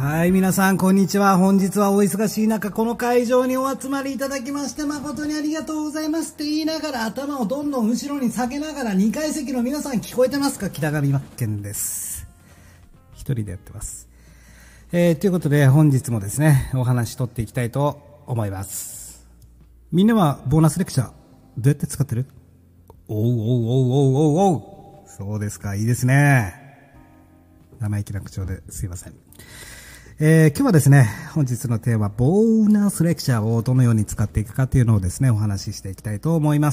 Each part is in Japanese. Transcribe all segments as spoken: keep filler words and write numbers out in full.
はい、皆さん、こんにちは。本日はお忙しい中、この会場にお集まりいただきまして、誠にありがとうございますって言いながら、頭をどんどん後ろに下げながら、にかい席の皆さん聞こえてますか？北上真剣です。一人でやってます。えー、ということで、本日もですね、お話取っていきたいと思います。みんなはボーナスレクチャー、どうやって使ってる？おうおうおうおうおうおう。そうですか、いいですね。生意気な口調ですいません。えー、今日はですね、本日のテーマ、ボーナスレクチャーをどのように使っていくかというのをですね、お話ししていきたいと思います。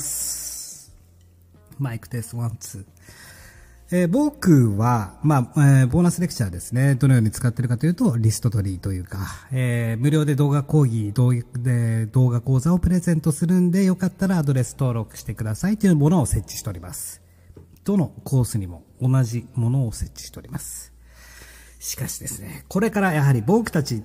マイクテストワン、ツー。えー、僕は、まあ、えー、ボーナスレクチャーですね、どのように使っているかというと、リスト取りというか、えー、無料で動画講義、動で動画講座をプレゼントするんで、よかったらアドレス登録してくださいというものを設置しております。どのコースにも同じものを設置しております。しかしですね、これからやはり僕たちって、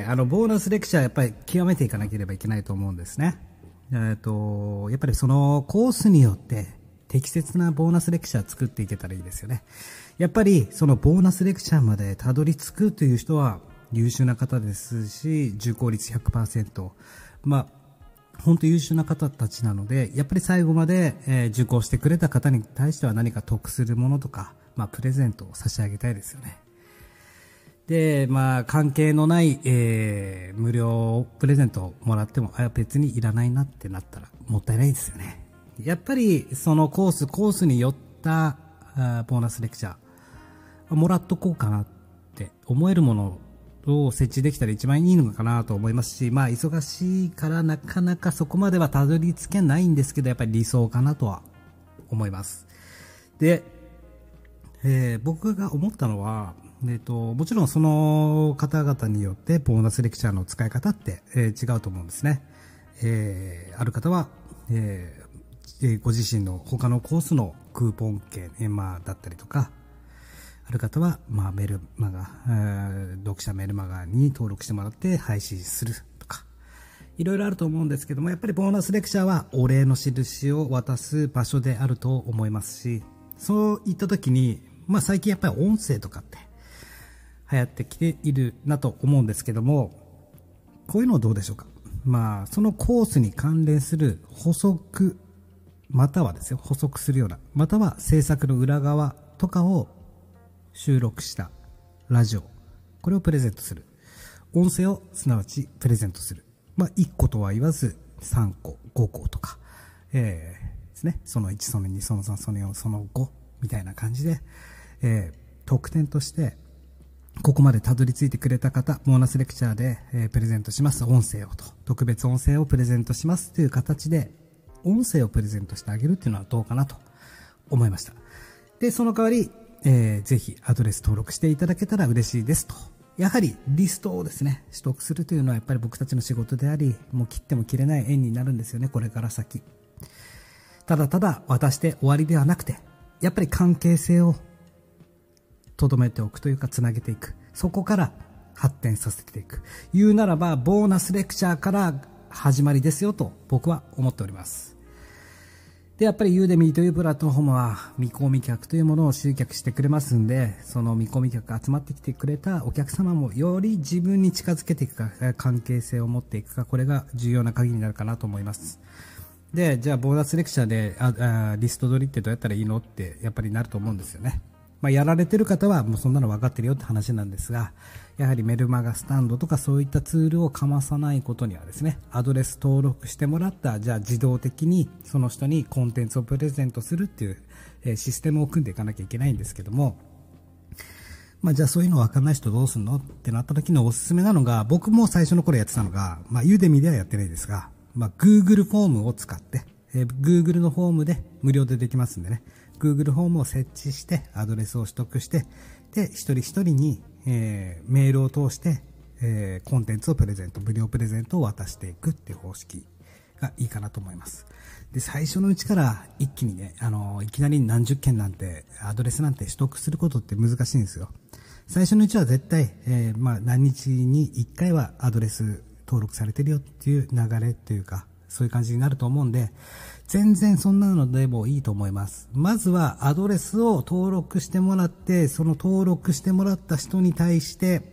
あの、ボーナスレクチャーやっぱり極めていかなければいけないと思うんですね。えっと、やっぱりそのコースによって適切なボーナスレクチャー作っていけたらいいですよね。やっぱりそのボーナスレクチャーまでたどり着くという人は優秀な方ですし、受講率 ひゃくパーセント。まあ、本当優秀な方たちなので、やっぱり最後まで、えー、受講してくれた方に対しては何か得するものとか、まあ、プレゼントを差し上げたいですよね。で、まあ、関係のない、えー、無料プレゼントをもらっても、あ、別にいらないなってなったらもったいないですよね。やっぱり、そのコース、コースによったあボーナスレクチャー、もらっとこうかなって思えるものを設置できたら一番いいのかなと思いますし、まあ、忙しいからなかなかそこまではたどり着けないんですけど、やっぱり理想かなとは思います。で、えー、僕が思ったのは、えっと、もちろんその方々によってボーナスレクチャーの使い方って、えー、違うと思うんですね。えー、ある方は、えー、ご自身の他のコースのクーポン券、えー、まあ、だったりとか、ある方は、まあ、メルマガ、えー、読者メルマガに登録してもらって配信するとか、いろいろあると思うんですけども、やっぱりボーナスレクチャーはお礼の印を渡す場所であると思いますし、そういった時に、まあ、最近やっぱり音声とかって流行ってきているなと思うんですけども、こういうのはどうでしょうか。まあ、そのコースに関連する補足、またはですよ、補足するような、または制作の裏側とかを収録したラジオ、これをプレゼントする。音声をすなわちプレゼントする。まあ、いっことは言わずさんこ、ごことか、えー、ですね、そのいち、そのに、そのさん、そのよん、そのごみたいな感じで、えー、特典として、ここまでたどり着いてくれた方、ボーナスレクチャーで、えー、プレゼントします。音声をと。特別音声をプレゼントしますという形で、音声をプレゼントしてあげるっていうのはどうかなと思いました。で、その代わり、えー、ぜひアドレス登録していただけたら嬉しいですと。やはりリストをですね、取得するというのはやっぱり僕たちの仕事であり、もう切っても切れない縁になるんですよね、これから先。ただただ渡して終わりではなくて、やっぱり関係性を留めておくというか、つなげていく。そこから発展させていく。言うならば、ボーナスレクチャーから始まりですよと僕は思っております。で、やっぱりユーデミーというプラットフォームは見込み客というものを集客してくれますんで、その見込み客が集まってきてくれたお客様もより自分に近づけていくか、関係性を持っていくか、これが重要な鍵になるかなと思います。で、じゃあボーナスレクチャーでああリスト取りってどうやったらいいのってやっぱりなると思うんですよね。まあ、やられてる方はもうそんなの分かってるよって話なんですが、やはりメルマガスタンドとかそういったツールをかまさないことにはですね、アドレス登録してもらった、じゃあ自動的にその人にコンテンツをプレゼントするっていう、えー、システムを組んでいかなきゃいけないんですけども、まあじゃあそういうの分かんない人どうすんのってなった時のおすすめなのが、僕も最初の頃やってたのが、まあユーデミではやってないですが、まあ Google フォームを使って、えー、Google のフォームで無料でできますんでね、Google フォームを設置して、アドレスを取得して、で、一人一人に、えー、メールを通して、えー、コンテンツをプレゼント、無料プレゼントを渡していくっていう方式がいいかなと思います。で、最初のうちから一気にね、あのー、いきなり何十件なんて、アドレスなんて取得することって難しいんですよ。最初のうちは絶対、えー、まあ、何日にいっかいはアドレス登録されてるよっていう流れっていうか、そういう感じになると思うんで、全然そんなのでもいいと思います。まずはアドレスを登録してもらって、その登録してもらった人に対して、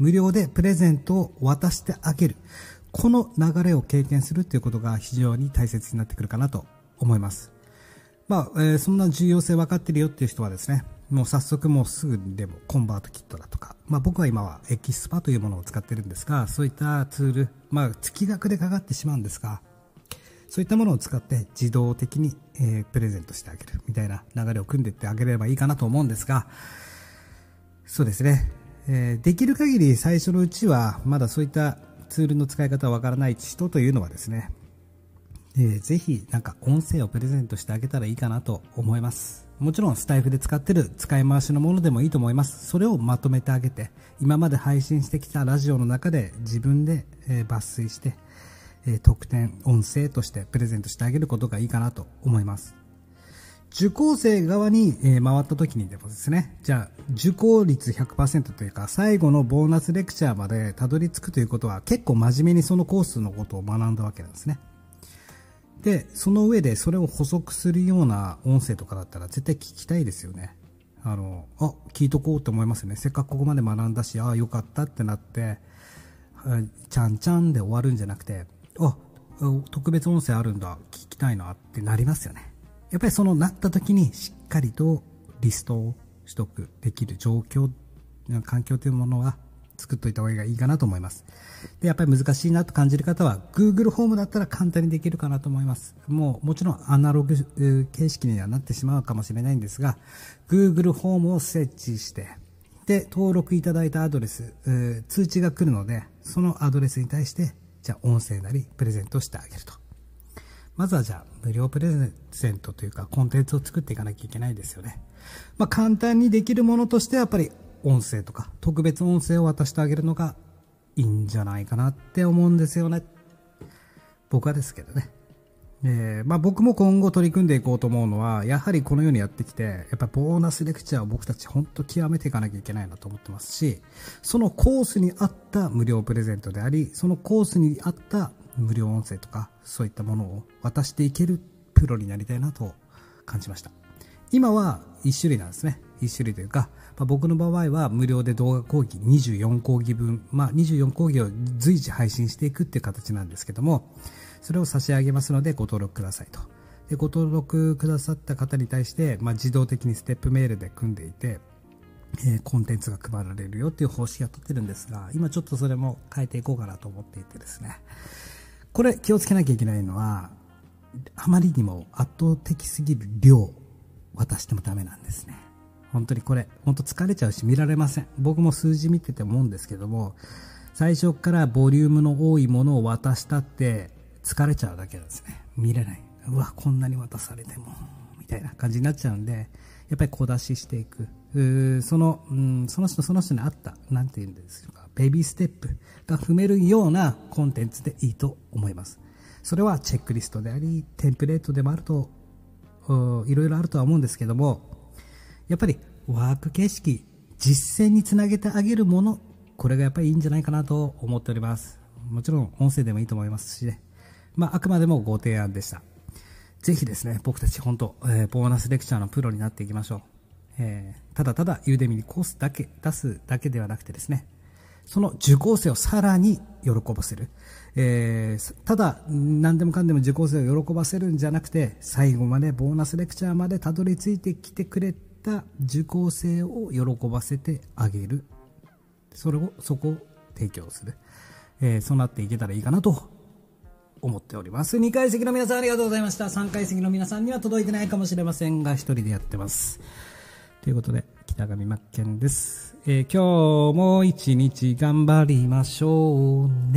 無料でプレゼントを渡してあげる。この流れを経験するっていうことが非常に大切になってくるかなと思います。まあ、えー、そんな重要性分かってるよっていう人はですね、もう早速もうすぐでもコンバートキットだとか、まあ僕は今はエキスパというものを使ってるんですが、そういったツール、まあ月額でかかってしまうんですが、そういったものを使って自動的に、えー、プレゼントしてあげるみたいな流れを組んでいってあげればいいかなと思うんですが、そうですね、えー、できる限り最初のうちはまだそういったツールの使い方わからない人というのはですね、えー、ぜひなんか音声をプレゼントしてあげたらいいかなと思います。もちろんスタイフで使ってる使い回しのものでもいいと思います。それをまとめてあげて、今まで配信してきたラジオの中で自分で、えー、抜粋して、えー、特典音声としてプレゼントしてあげることがいいかなと思います。受講生側に、えー、回った時にでもですね、じゃあ受講率 ひゃくパーセント というか最後のボーナスレクチャーまでたどり着くということは結構真面目にそのコースのことを学んだわけなんですね。で、その上でそれを補足するような音声とかだったら絶対聞きたいですよね。あの、あ、聞いとこうと思いますよね。せっかくここまで学んだし、ああ、よかったってなって、ちゃんちゃんで終わるんじゃなくて、あ、特別音声あるんだ、聞きたいなってなりますよね。やっぱりそのなった時にしっかりとリストを取得できる状況、環境というものは作っといた方がいいかなと思います。で、やっぱり難しいなと感じる方は Google ホームだったら簡単にできるかなと思います。もうもちろんアナログ形式にはなってしまうかもしれないんですが、Google ホームを設置して、で、登録いただいたアドレス、通知が来るので、そのアドレスに対して、じゃあ音声なりプレゼントしてあげると。まずはじゃあ無料プレゼントというかコンテンツを作っていかなきゃいけないですよね。まあ簡単にできるものとしてはやっぱり音声とか特別音声を渡してあげるのがいいんじゃないかなって思うんですよね。僕はですけどね。えー、まあ僕も今後取り組んでいこうと思うのは、やはりこのようにやってきて、やっぱりボーナスレクチャーを僕たち本当極めていかなきゃいけないなと思ってますし、そのコースに合った無料プレゼントであり、そのコースに合った無料音声とかそういったものを渡していけるプロになりたいなと感じました。今はいち種類なんですね。いち種類というか、まあ、僕の場合は無料で動画講義にじゅうよん講義分、まあ、にじゅうよん講義を随時配信していくっていう形なんですけども、それを差し上げますのでご登録くださいと。で、ご登録くださった方に対して、まあ、自動的にステップメールで組んでいて、えー、コンテンツが配られるよっていう方式を取ってるんですが、今ちょっとそれも変えていこうかなと思っていてですね。これ気をつけなきゃいけないのは、あまりにも圧倒的すぎる量渡してもダメなんですね。本当にこれ、本当疲れちゃうし見られません。僕も数字見てて思うんですけども、最初からボリュームの多いものを渡したって疲れちゃうだけなんですね。見れない。うわ、こんなに渡されても、みたいな感じになっちゃうんで、やっぱり小出ししていく。うその、うん、その人その人に合った、なんて言うんですか、ベビーステップが踏めるようなコンテンツでいいと思います。それはチェックリストであり、テンプレートでもあると、いろいろあるとは思うんですけども、やっぱりワーク形式、実践につなげてあげるもの、これがやっぱりいいんじゃないかなと思っております。もちろん音声でもいいと思いますしね。まあ、あくまでもご提案でした。ぜひですね、僕たち本当、えー、ボーナスレクチャーのプロになっていきましょう。えー、ただただユーデミにコースだけ出すだけではなくてですね、その受講生をさらに喜ばせる。えー、ただ何でもかんでも受講生を喜ばせるんじゃなくて、最後までボーナスレクチャーまでたどり着いてきてくれた受講生を喜ばせてあげる。それを、そこを提供する。えー、そうなっていけたらいいかなと思っております。にかい席の皆さんありがとうございました。さんかい席の皆さんには届いてないかもしれませんが、ひとりでやってます。ということで、北上真剣です。えー、今日も一日頑張りましょう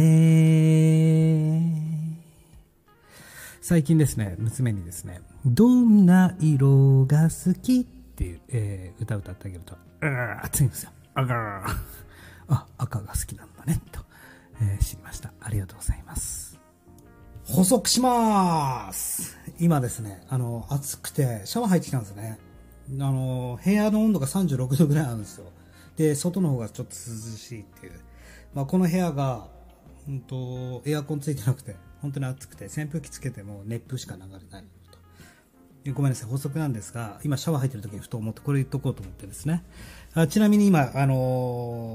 ね。最近ですね、娘にですね、どんな色が好きっていう、えー、歌を歌ってあげると、うー熱いんですよ。あがーあ、赤が好きなんだね、と、えー、知りました。ありがとうございます。補足しまーす。今ですね、あの、暑くてシャワー入ってきたんですね。あの、部屋の温度がさんじゅうろくどぐらいあるんですよ。で、外の方がちょっと涼しいっていう。まあ、この部屋が、うんと、エアコンついてなくて、本当に暑くて、扇風機つけても熱風しか流れないと。ごめんなさい、補足なんですが、今シャワー入ってる時にふと思って、これ言っとこうと思ってですね。あちなみに今、あの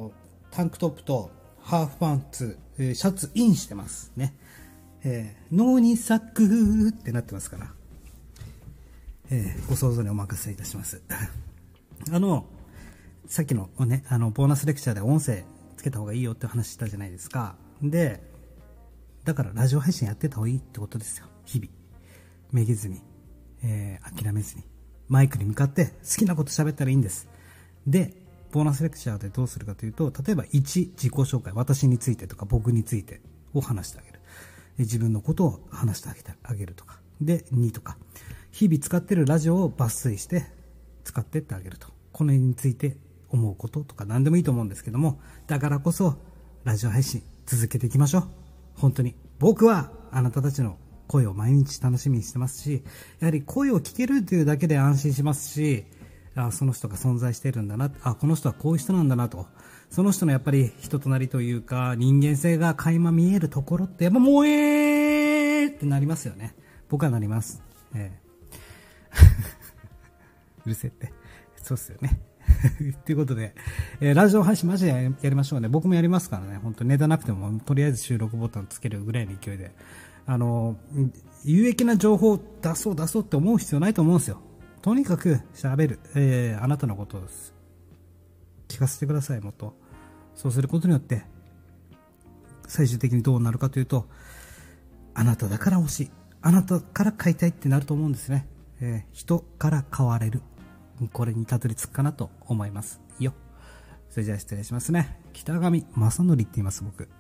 タンクトップとハーフパンツ、えー、シャツインしてますね。えー、脳にサクーってなってますから、えー、ご想像にお任せいたします。あの、さっきのね、あの、ボーナスレクチャーで音声つけた方がいいよって話したじゃないですか。で、だからラジオ配信やってた方がいいってことですよ。日々。めげずに、えー、諦めずに、マイクに向かって好きなこと喋ったらいいんです。で、ボーナスレクチャーでどうするかというと、例えばいち、自己紹介、私についてとか僕についてを話してあげる。自分のことを話してあげてあげるとか。で、にとか。日々使ってるラジオを抜粋して使ってってあげると。この辺について思うこととか何でもいいと思うんですけども、だからこそラジオ配信続けていきましょう。本当に。僕はあなたたちの声を毎日楽しみにしてますし、やはり声を聞けるというだけで安心しますし、あ、その人が存在しているんだな、あ、この人はこういう人なんだなと、その人のやっぱり人となりというか人間性が垣間見えるところってやっぱもうえーってなりますよね。僕はなります。えー、うるせえって。そうっすよね。ということで、えー、ラジオ配信マジでやりましょうね。僕もやりますからね。本当ネタなくてもとりあえず収録ボタンつけるぐらいの勢いで、あの有益な情報を出そう出そうって思う必要ないと思うんですよ。とにかく喋る、えー、あなたのことを聞かせてください。もっとそうすることによって最終的にどうなるかというと、あなただから欲しい、あなたから買いたいってなると思うんですね。えー、人から買われる、これにたどり着くかなと思いますよ。それじゃあ失礼しますね。北上正則って言います僕。